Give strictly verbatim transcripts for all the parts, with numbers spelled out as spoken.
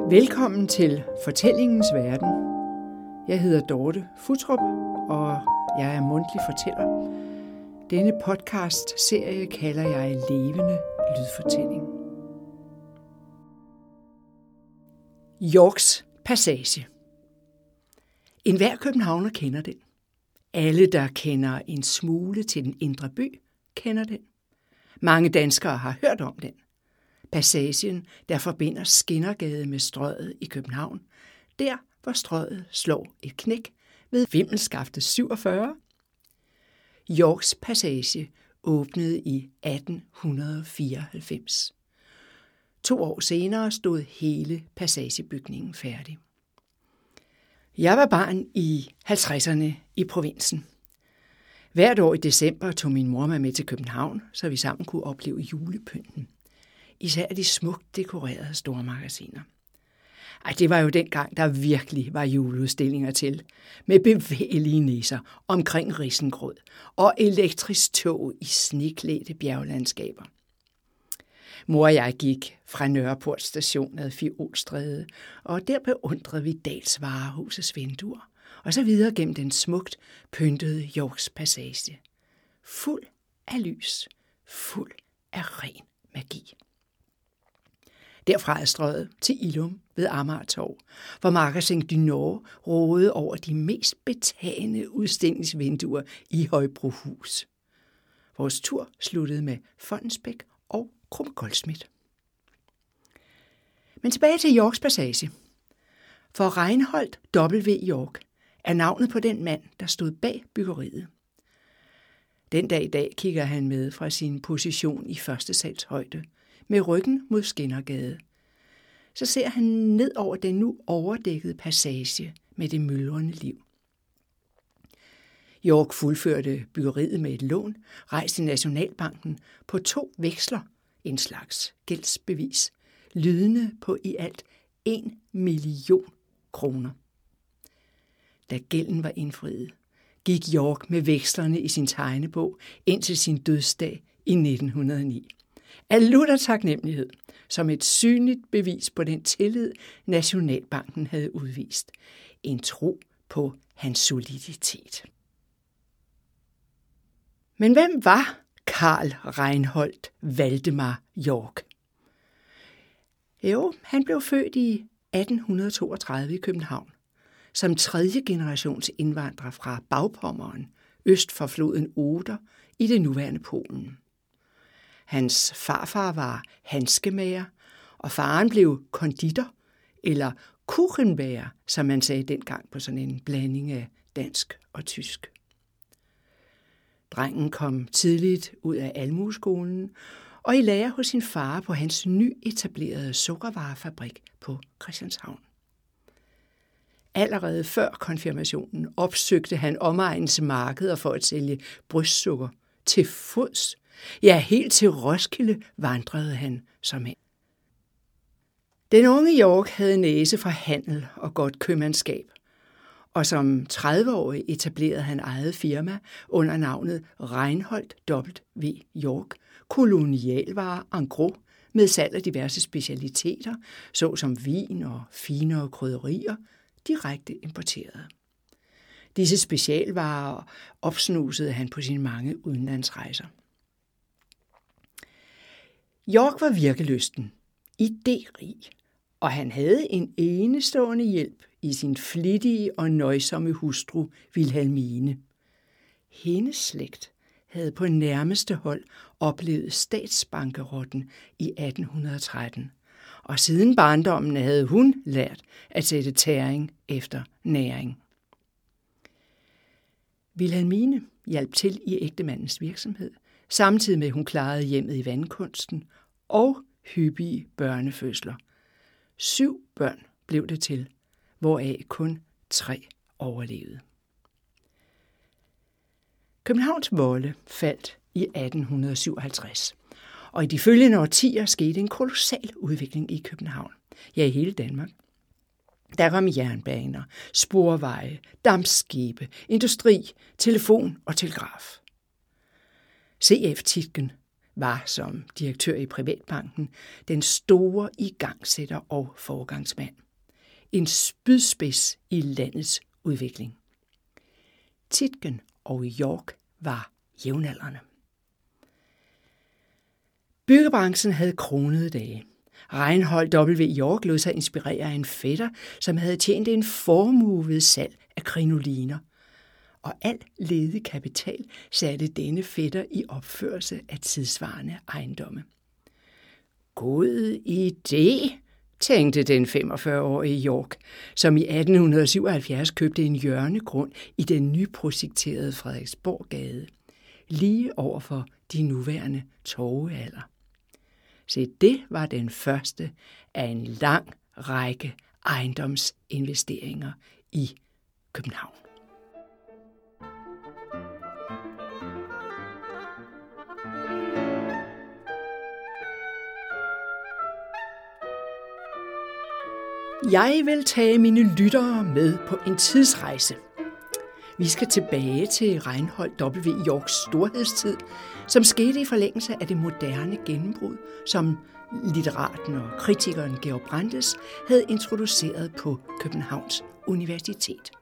Velkommen til Fortællingens Verden. Jeg hedder Dorte Futtrup, og jeg er mundtlig fortæller. Denne podcast-serie kalder jeg Levende Lydfortælling. Yorks Passage. Enhver københavner kender den. Alle, der kender en smule til den indre by, kender den. Mange danskere har hørt om den. Passagen, der forbinder Skindergade med Strøget i København, der hvor Strøget slår et knæk ved Vimmelskaftet syvogfyrre. Yorks Passage åbnede i atten fireoghalvfems. To år senere stod hele passagebygningen færdig. Jeg var barn i halvtredserne i provinsen. Hvert år i december tog min mor mig med til København, så vi sammen kunne opleve julepynten. Især de smukt dekorerede stormagasiner. Ej, det var jo dengang, der virkelig var juleudstillinger til, med bevægelige nisser omkring risengrød og elektrisk tog i sneklædte bjerglandskaber. Mor og jeg gik fra Nørreport station ad Fiolstræde, og der beundrede vi Dahls Varehusets vinduer, og så videre gennem den smukt pyntede Yorks Passage. Fuld af lys, fuld af ren magi. Derfra er Strøget til Illum ved Amagertorv, hvor Magasin du Nord rådede over de mest betagende udstillingsvinduer i Højbrohus. Vores tur sluttede med Fondensbæk og Krumme Goldsmith. Men tilbage til Yorks Passage. For Reinhold W. York er navnet på den mand, der stod bag byggeriet. Den dag i dag kigger han med fra sin position i første sals højde, med ryggen mod Skindergade. Så ser han ned over den nu overdækkede passage med det myldrende liv. York fuldførte byggeriet med et lån, rejst i Nationalbanken på to veksler, en slags gældsbevis, lydende på i alt en million kroner. Da gælden var indfriet, gik York med vekslerne i sin tegnebog indtil sin dødsdag i nitten hundrede og ni. Af lutter taknemmelighed, som et synligt bevis på den tillid, Nationalbanken havde udvist. En tro på hans soliditet. Men hvem var Karl Reinhold Valdemar York? Jo, han blev født i atten toogtredive i København, som tredje generations indvandrer fra Bagpommern, øst for floden Oder i det nuværende Polen. Hans farfar var handskemager, og faren blev konditor, eller kuchenbager, som man sagde dengang på sådan en blanding af dansk og tysk. Drengen kom tidligt ud af almueskolen og i lære hos sin far på hans nyetablerede sukkervarefabrik på Christianshavn. Allerede før konfirmationen opsøgte han omegnens markeder for at sælge brystsukker til fods. Ja, helt til Roskilde vandrede han som hen. Den unge York havde næse for handel og godt købmandskab, og som tredive-årig etablerede han eget firma under navnet Reinhold W. York, kolonialvarer en gros, med salg af diverse specialiteter, såsom vin og finere krydderier, direkte importerede. Disse specialvarer opsnusede han på sine mange udenlandsrejser. York var virkelysten, idérig, og han havde en enestående hjælp i sin flittige og nøjsomme hustru Vilhelmine. Hendes slægt havde på nærmeste hold oplevet statsbankerotten i atten tretten, og siden barndommen havde hun lært at sætte tæring efter næring. Vilhelmine hjalp til i ægtemandens virksomhed, samtidig med at hun klarede hjemmet i vandkunsten og hyppige børnefødsler. Syv børn blev det til, hvoraf kun tre overlevede. Københavns volde faldt i atten syvoghalvtreds, og i de følgende årtier skete en kolossal udvikling i København, ja i hele Danmark. Der kom jernbaner, sporveje, dampskibe, industri, telefon og telegraf. C F Tietgen var som direktør i Privatbanken den store igangsætter og foregangsmand. En spydspids i landets udvikling. Tietgen og York var jævnaldrende. Byggebranchen havde kronede dage. Reinhold W. York lod sig inspirere af en fætter, som havde tjent en formue ved salg af krinoliner. Og al ledig kapital satte denne fætter i opførelse af tidsvarende ejendomme. God idé, tænkte den femogfyrre-årige York, som i atten syvoghalvfjerds købte en hjørnegrund i den nyprojekterede Frederiksborggade, lige over for de nuværende Torvehaller. Så det var den første af en lang række ejendomsinvesteringer i København. Jeg vil tage mine lyttere med på en tidsrejse. Vi skal tilbage til Reinhold W. Yorks storhedstid, som skete i forlængelse af det moderne gennembrud, som litteraten og kritikeren Georg Brandes havde introduceret på Københavns Universitet.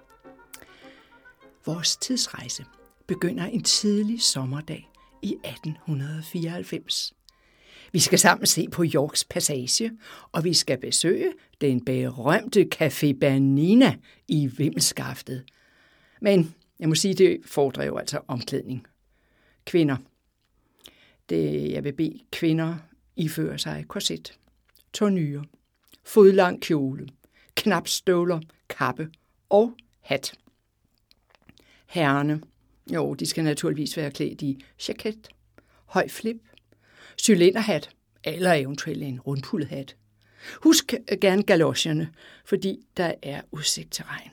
Vores tidsrejse begynder en tidlig sommerdag i atten fireoghalvfems. Vi skal sammen se på Yorks Passage, og vi skal besøge den berømte Café Bernina i Vimmelskaftet. Men jeg må sige, det fordrer jo altså omklædning. Kvinder. Det, jeg vil bede kvinder iføre sig korset, tornyre, fodlang kjole, knapstøvler, kappe og hat. Herrerne, jo, de skal naturligvis være klædt i jacket, høj flip, cylinderhat eller eventuelt en rundpullet hat. Husk gerne galocherne, fordi der er udsigt til regn.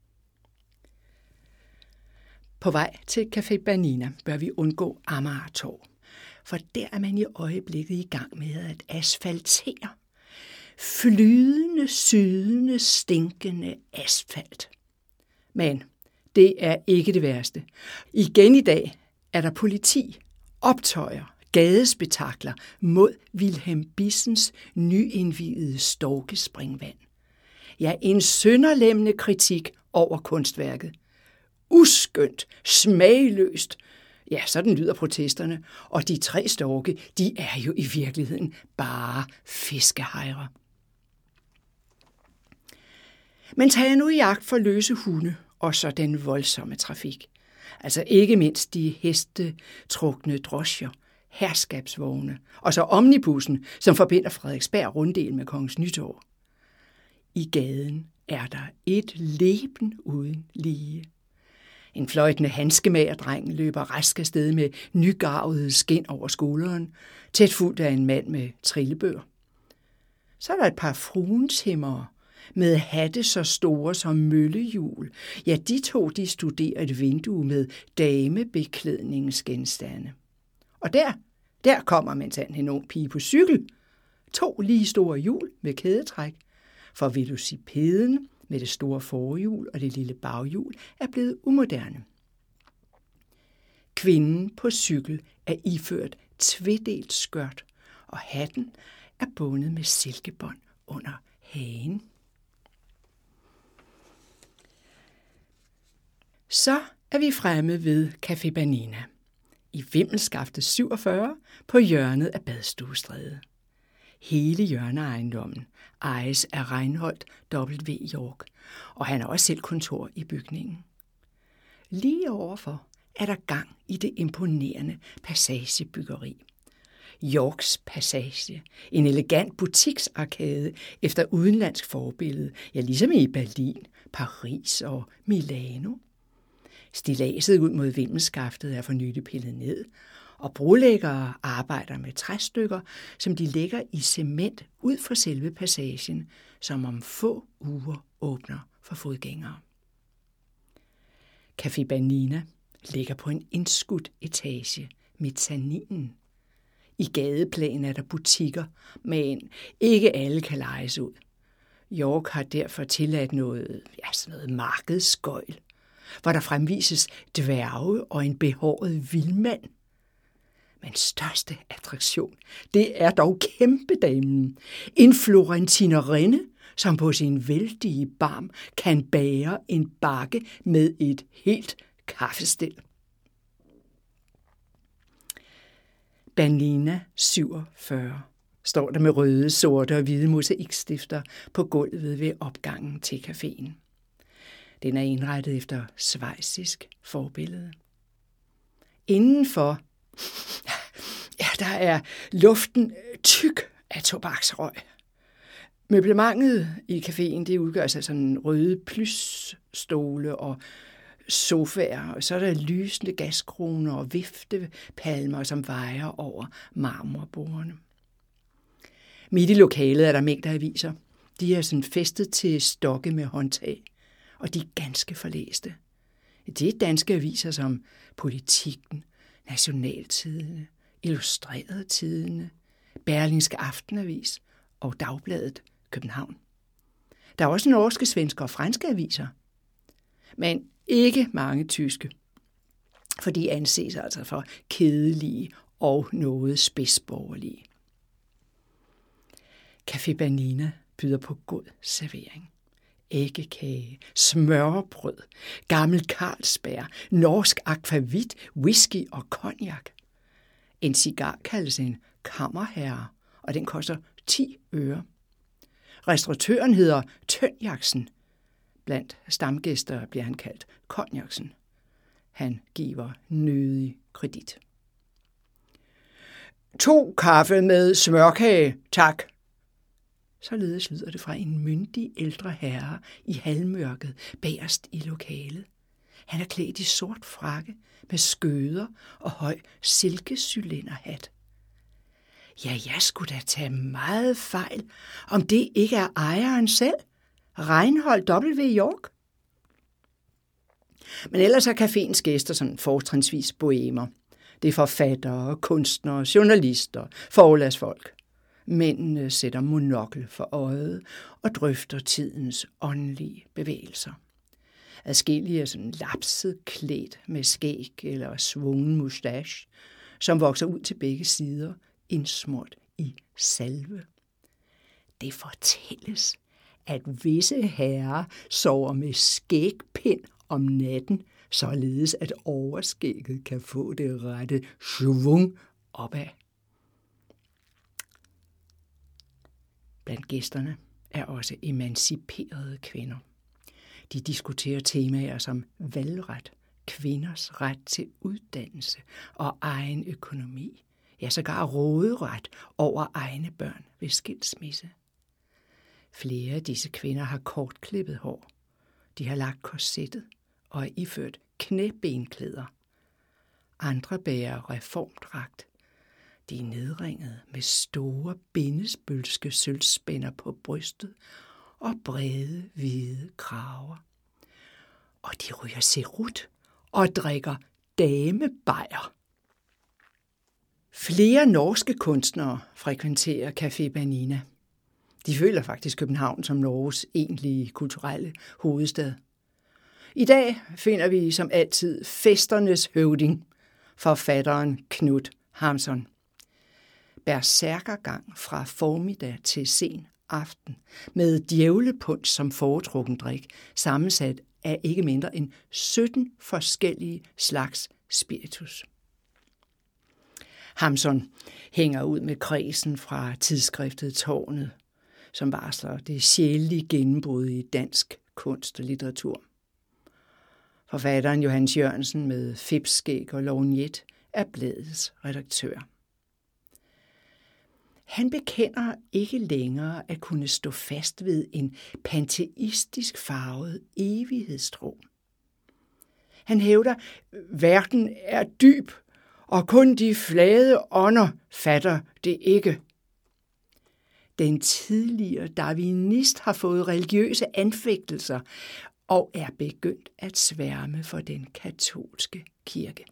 På vej til Café Bernina bør vi undgå Amagertorv, for der er man i øjeblikket i gang med at asfaltere. Flydende, sydende, stinkende asfalt. Men det er ikke det værste. Igen i dag er der politi, optøjer, gadespektakler mod Vilhelm Bissens nyindvidede Storkespringvand. Ja, en sønderlemmende kritik over kunstværket. Uskønt, smagløst. Ja, sådan lyder protesterne, og de tre storke, de er jo i virkeligheden bare fiskehejrer. Men tag jeg nu i jagt for løse hunde og så den voldsomme trafik. Altså ikke mindst de hestetrukne drosjer, herskabsvogne og så omnibussen, som forbinder Frederiksberg Runddel med Kongens Nytorv. I gaden er der et leben uden lige. En fløjtende handskemagerdreng løber rask afsted med nygarvede skind over skulderen, tæt fulgt af en mand med trillebør. Så er der et par fruenshæmmere med hatte så store som møllehjul. Ja, de to de studerer et vindue med damebeklædningsgenstande. Og der, der kommer mens han en ung pige på cykel. To lige store hjul med kædetræk. For velocipeden med det store forhjul og det lille baghjul er blevet umoderne. Kvinden på cykel er iført tvedelt skørt, og hatten er bundet med silkebånd under hagen. Så er vi fremme ved Café Bernina i Vimmelskaftet syvogfyrre på hjørnet af Badstuestræde. Hele hjørneejendommen ejes af Reinhold W. York, og han har også selv kontor i bygningen. Lige overfor er der gang i det imponerende passagebyggeri. Yorks Passage, en elegant butiksarkade efter udenlandsk forbillede, ja ligesom i Berlin, Paris og Milano. Stilladset ud mod Vimmelskaftet er for nylig pillet ned, og brolæggere arbejder med træstykker, som de lægger i cement ud for selve passagen, som om få uger åbner for fodgængere. Café Bernina ligger på en indskudt etage, mezzaninen. I gadeplan er der butikker, men ikke alle kan lejes ud. York har derfor tilladt noget, ja, sådan noget markedsskøjl, hvor der fremvises dværge og en behåret vildmand. Men største attraktion, det er dog kæmpedamen. En florentinerinde, som på sin vældige barm kan bære en bakke med et helt kaffestel. Bernina syvogfyrre står der med røde, sorte og hvide mosaikstifter på gulvet ved opgangen til caféen. Den er indrettet efter schweizisk forbillede. Indenfor, ja, der er luften tyk af tobaksrøg. Møblementet i caféen, det udgøres af sådan røde plysstole og sofaer, og så er der lysende gaskroner og viftepalmer, som vejer over marmorbordene. Midt i lokalet er der mængder af aviser. De er sådan festet til stokke med håndtag, og de er ganske forlæste. Det er danske aviser som Politiken, Nationaltidene, Illustreret Tidene, Berlingske Aftenavis og Dagbladet København. Der er også norske, svenske og franske aviser, men ikke mange tyske, for de anses altså for kedelige og noget spidsborgerlige. Café Bernina byder på god servering. Æggekage, smørbrød, gammel Carlsberg, norsk akvavit, whisky og cognac. En cigar kaldes en kammerherre, og den koster ti øre. Restauratøren hedder Tønjaksen. Blandt stamgæster bliver han kaldt Konjaksen. Han giver nødig kredit. To kaffe med smørkage, tak. Således lyder det fra en myndig ældre herre i halvmørket bagerst i lokalet. Han er klædt i sort frakke med skøder og høj silkecylinderhat. Ja, jeg skulle da tage meget fejl, om det ikke er ejeren selv, Reinhold W. York. Men ellers er caféens gæster sådan fortrinsvis bohemer. Det er forfattere, kunstnere, journalister, forlagsfolk. Mændene sætter monokkel for øjet og drøfter tidens åndelige bevægelser. Adskillige er sådan lapset klædt med skæg eller svungen mustache, som vokser ud til begge sider, indsmurt i salve. Det fortælles, at visse herrer sover med skægpind om natten, således at overskægget kan få det rette svung opad. Blandt gæsterne er også emanciperede kvinder. De diskuterer temaer som valgret, kvinders ret til uddannelse og egen økonomi, ja sågar råderet over egne børn ved skilsmisse. Flere af disse kvinder har kortklippet hår. De har lagt korsettet og er iført knæbenklæder. Andre bærer reformdragt. De er nedringet med store bindesbølske sølvspænder på brystet og brede hvide kraver. Og de ryger cerut og drikker damebajer. Flere norske kunstnere frekventerer Café Bernina. De føler faktisk København som Norges egentlige kulturelle hovedstad. I dag finder vi som altid festernes høvding, forfatteren Knut Hamsun. Berserkergang fra formiddag til sen aften, med djævlepunch som foretrukken drik, sammensat af ikke mindre end sytten forskellige slags spiritus. Hamsun hænger ud med kredsen fra tidsskriftet Tårnet, som varsler det sjældne gennembrud i dansk kunst og litteratur. Forfatteren Johannes Jørgensen med fipskæg og lorgnet er bladets redaktør. Han bekender ikke længere at kunne stå fast ved en panteistisk farvet evighedstro. Han hævder, at verden er dyb, og kun de flade ånder fatter det ikke. Den tidligere darwinist har fået religiøse anfægtelser og er begyndt at sværme for den katolske kirke.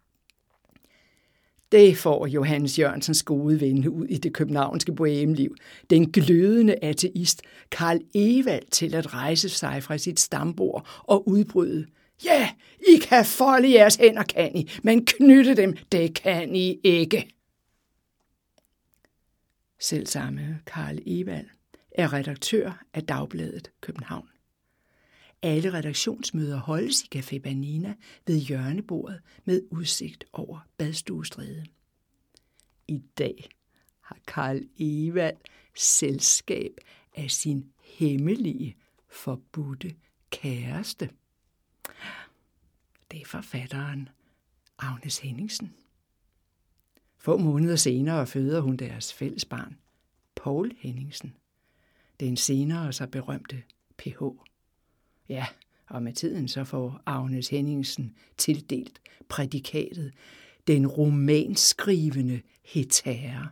Det får Johannes Jørgensens gode ven ud i det københavnske bohemeliv, den glødende ateist Karl Ewald, til at rejse sig fra sit stambord og udbryde: Ja, I kan folde jeres hænder, kan I, men knytte dem, det kan I ikke. Selvsamme Karl Ewald er redaktør af Dagbladet København. Alle redaktionsmøder holdes i Café Bernina ved hjørnebordet med udsigt over Badstuestræde. I dag har Karl Ewald selskab af sin hemmelige, forbudte kæreste. Det er forfatteren Agnes Henningsen. Få måneder senere føder hun deres fælles barn, Poul Henningsen, den senere så berømte P H. Ja, og med tiden så får Agnes Henningsen tildelt prædikatet den romanskrivende hetære.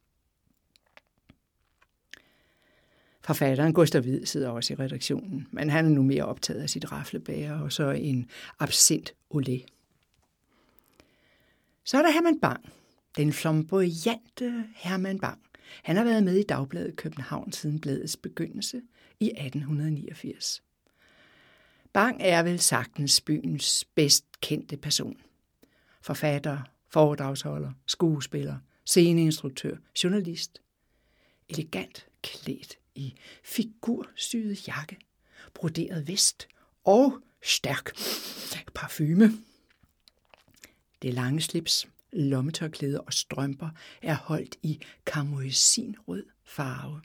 Forfatteren Gustav Wied sidder også i redaktionen, men han er nu mere optaget af sit raflebæger og så en absint olé. Så er der Herman Bang, den flamboyante Herman Bang. Han har været med i Dagbladet København siden bladets begyndelse i atten niogfirs. Bang er vel sagtens byens bedst kendte person. Forfatter, foredragsholder, skuespiller, sceneinstruktør, journalist. Elegant klædt i figursyet jakke, broderet vest og stærk parfume. Det lange slips, lommetørklæde og strømper er holdt i karmoisinrød farve.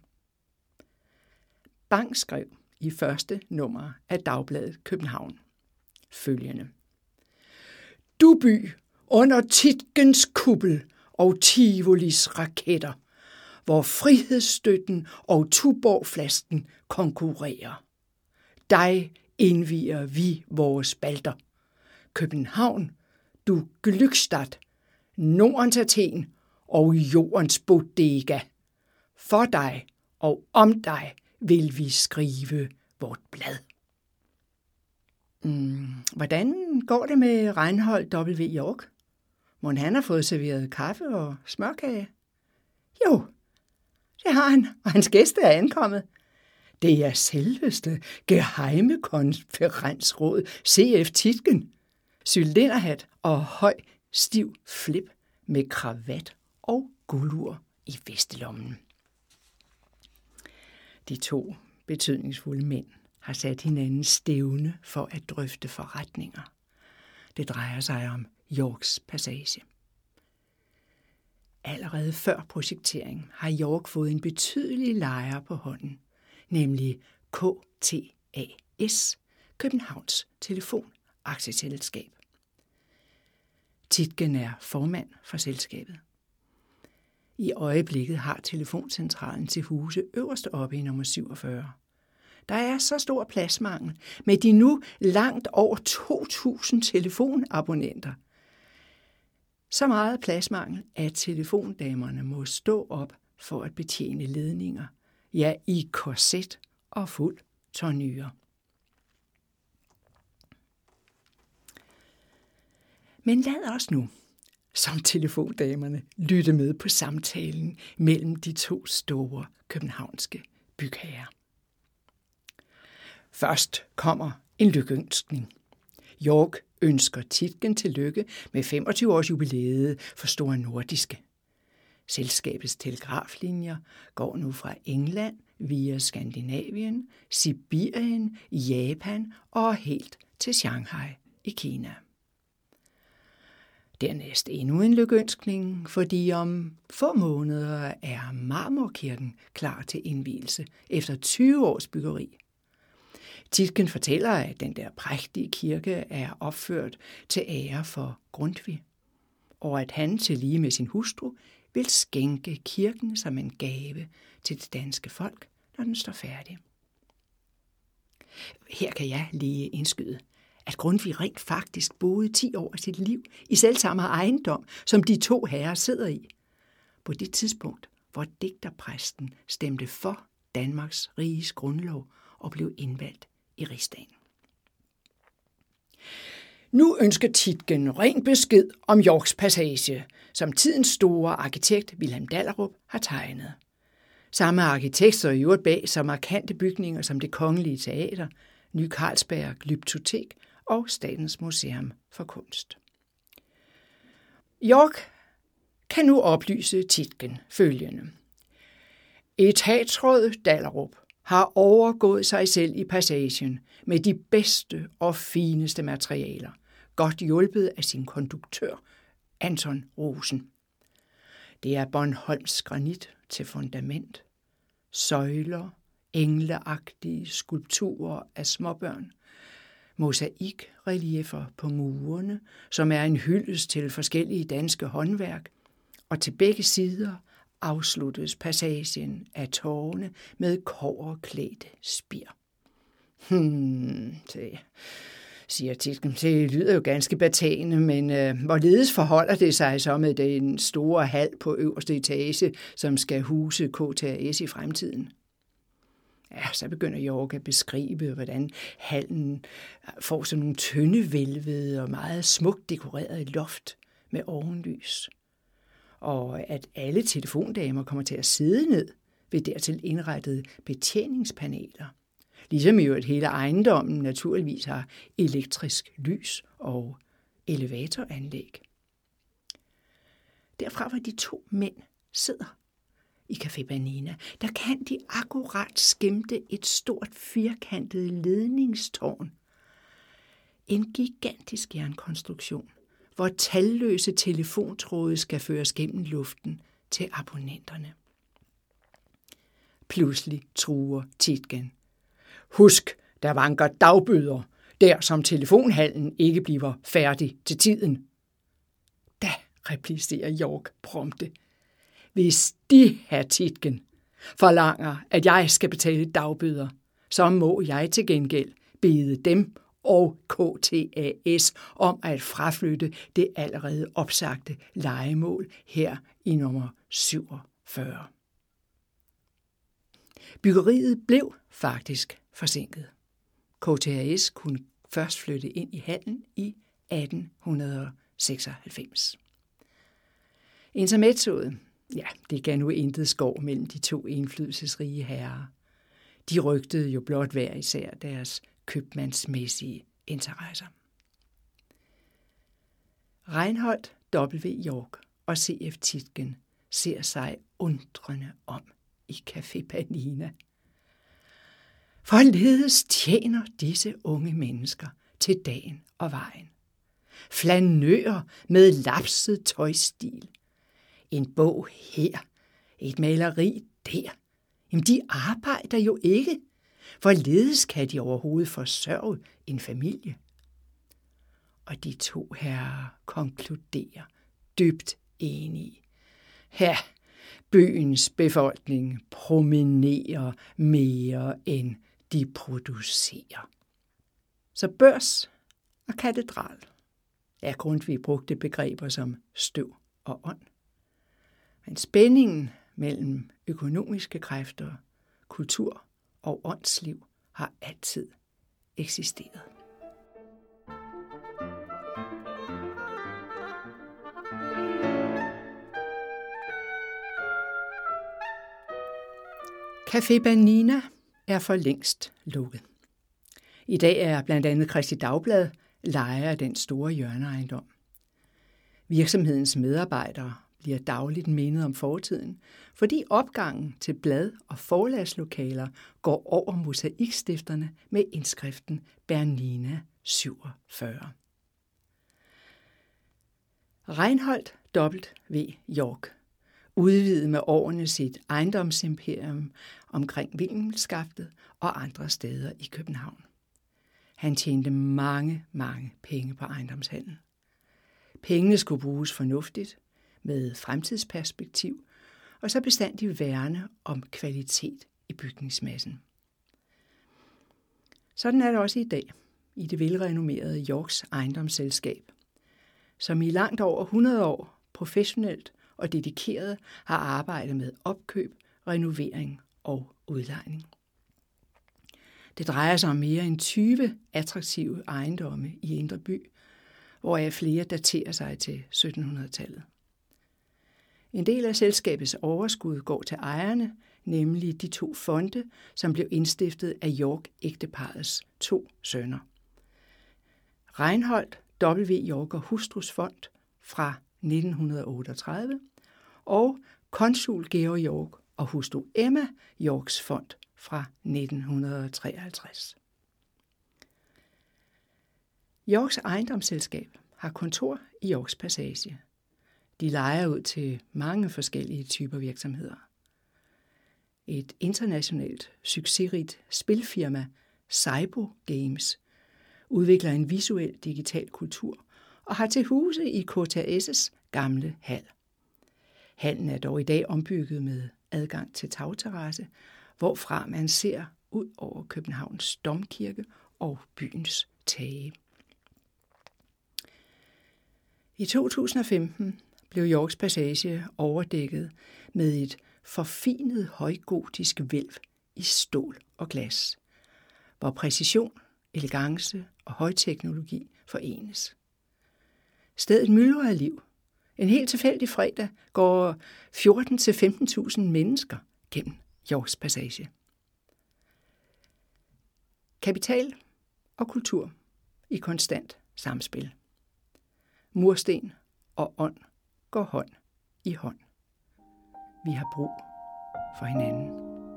Bang skrev i første nummer af Dagbladet København følgende: Du by under Tietgens kuppel og Tivolis raketter, hvor frihedsstøtten og Tuborgflasken konkurrerer. Dig indvier vi vores spalter. København, du Glückstadt, Nordens Athen og jordens bodega. For dig og om dig vil vi skrive vort blad. Hmm, hvordan går det med Reinhold W. York? Mon han har fået serveret kaffe og smørkage? Jo, det har han, og hans gæste er ankommet. Det er selveste geheime konferensråd C F Tietgen. Cylinderhat og høj, stiv flip med kravat og guldur i vestelommen. De to betydningsfulde mænd har sat hinanden stævne for at drøfte forretninger. Det drejer sig om Yorks Passage. Allerede før projektering har York fået en betydelig lejer på hånden, nemlig K T A S, Københavns Telefon Aktieselskab. Tietgen er formand for selskabet. I øjeblikket har telefoncentralen til huse øverst oppe i nummer syvogfyrre. Der er så stor pladsmangel med de nu langt over to tusind telefonabonnenter. Så meget pladsmangel, at telefondamerne må stå op for at betjene ledninger, ja i korset og fuld tornyre. Men lad os nu, som telefondamerne, lytte med på samtalen mellem de to store københavnske bygherrer. Først kommer en lykønskning. York ønsker Tietgen til lykke med femogtyve års jubilæet for Store Nordiske. Selskabets telegraflinjer går nu fra England via Skandinavien, Sibirien, Japan og helt til Shanghai i Kina. Dernæst endnu en lykønskning, fordi om få måneder er Marmorkirken klar til indvielse efter tyve års byggeri. Tietgen fortæller, at den der prægtige kirke er opført til ære for Grundtvig, og at han til lige med sin hustru vil skænke kirken som en gave til det danske folk, når den står færdig. Her kan jeg lige indskyde, at Grundtvig rent faktisk boede ti år af sit liv i selvsamme ejendom, som de to herrer sidder i. På det tidspunkt, hvor digterpræsten stemte for Danmarks Riges grundlov og blev indvalgt i Rigsdagen. Nu ønsker Tietgen ren besked om Yorks Passage, som tidens store arkitekt Vilhelm Dahlerup har tegnet. Samme arkitekt står i øvrigt bag så markante bygninger som Det Kongelige Teater, Ny Carlsberg Glyptotek og Statens Museum for Kunst. York kan nu oplyse Tietgen følgende. Etatsråd Dahlerup har overgået sig selv i passagen med de bedste og fineste materialer, godt hjulpet af sin konduktør, Anton Rosen. Det er Bornholms granit til fundament, søjler, engleagtige skulpturer af småbørn, mosaikrelieffer på murene, som er en hyldest til forskellige danske håndværk, og til begge sider afsluttes passagen af tårne med kobberklædte spir. Hmm, det siger Tietgen. Det lyder jo ganske betagende, men øh, hvorledes forholder det sig så med den store hal på øverste etage, som skal huse K T A S i fremtiden? Ja, så begynder York at beskrive, hvordan hallen får sådan nogle tyndevælvede og meget smukt dekorerede loft med ovenlys. Og at alle telefondamer kommer til at sidde ned ved dertil indrettede betjeningspaneler. Ligesom jo, at hele ejendommen naturligvis har elektrisk lys og elevatoranlæg. Derfra, hvor de to mænd sidder i Café Bernina, der kan de akkurat skimte et stort firkantet ledningstårn. En gigantisk jernkonstruktion, hvor talløse telefontråde skal føres gennem luften til abonnenterne. Pludselig truer Tietgen. Husk, der vanker dagbøder, der som telefonhallen ikke bliver færdig til tiden. Da, replicerer York prompte. Hvis de, herr Tietgen, forlanger, at jeg skal betale dagbøder, så må jeg til gengæld bede dem og K T A S om at fraflytte det allerede opsagte lejemål her i nummer syvogfyrre. Byggeriet blev faktisk forsinket. K T A S kunne først flytte ind i hallen i atten seksoghalvfems. Intermezzoet, ja, det gav nu intet skov mellem de to indflydelsesrige herrer. De rygtede jo blot hver især deres købmandsmæssige interesser. Reinhold W. York og C F Tietgen ser sig undrende om i Café Bernina. Hvorledes tjener disse unge mennesker til dagen og vejen? Flanører med lapset tøjstil. En bog her, et maleri der. Jamen, de arbejder jo ikke. Hvorledes kan de overhovedet forsørge en familie? Og de to herrer konkluderer dybt enige. Her byens befolkning promenerer mere end de producerer. Så børs og katedral er Grundtvig brugte begreber som støv og ånd. Men spændingen mellem økonomiske kræfter, kultur og åndsliv har altid eksisteret. Café Bernina er for længst lukket. I dag er blandt andet Kristi Dagblad lejer af den store hjørneejendom. Virksomhedens medarbejdere bliver dagligt mindet om fortiden, fordi opgangen til blad- og forlagslokaler går over mosaikstifterne med indskriften Bernina syvogfyrre. Reinhold W. York udvidede med årene sit ejendomsimperium omkring Wilhelmskaftet og andre steder i København. Han tjente mange, mange penge på ejendomshandel. Pengene skulle bruges fornuftigt, med fremtidsperspektiv, og så bestandigt værne om kvalitet i bygningsmassen. Sådan er det også i dag i det velrenommerede Yorks ejendomsselskab, som i langt over hundrede år professionelt og dedikeret har arbejdet med opkøb, renovering og udlejning. Det drejer sig om mere end tyve attraktive ejendomme i Indre By, hvoraf flere daterer sig til syttenhundredetallet. En del af selskabets overskud går til ejerne, nemlig de to fonde, som blev indstiftet af York-ægteparrets to sønner. Reinhold W. York og Hustrus Fond fra nitten otteogtredive og konsul Georg York og hustru Emma Yorks Fond fra nitten treoghalvtreds. Yorks ejendomsselskab har kontor i Yorks Passage. De lejer ud til mange forskellige typer virksomheder. Et internationalt succesrigt spilfirma, Seibo Games, udvikler en visuel digital kultur og har til huse i K T A S' gamle hal. Hallen er dog i dag ombygget med adgang til tagterrasse, hvorfra man ser ud over Københavns Domkirke og byens tage. I to tusind og femten blev Yorks Passage overdækket med et forfinet højgotisk hvælv i stål og glas, hvor præcision, elegance og højteknologi forenes. Stedet myldrer af liv. En helt tilfældig fredag går fjorten til femten tusind mennesker gennem Yorks Passage. Kapital og kultur i konstant samspil. Mursten og ånd går hånd i hånd. Vi har brug for hinanden.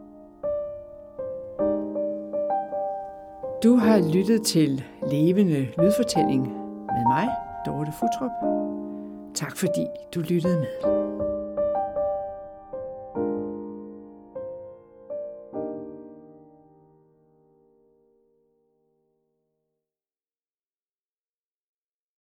Du har lyttet til Levende Lydfortælling med mig, Dorte Futtrup. Tak fordi du lyttede med.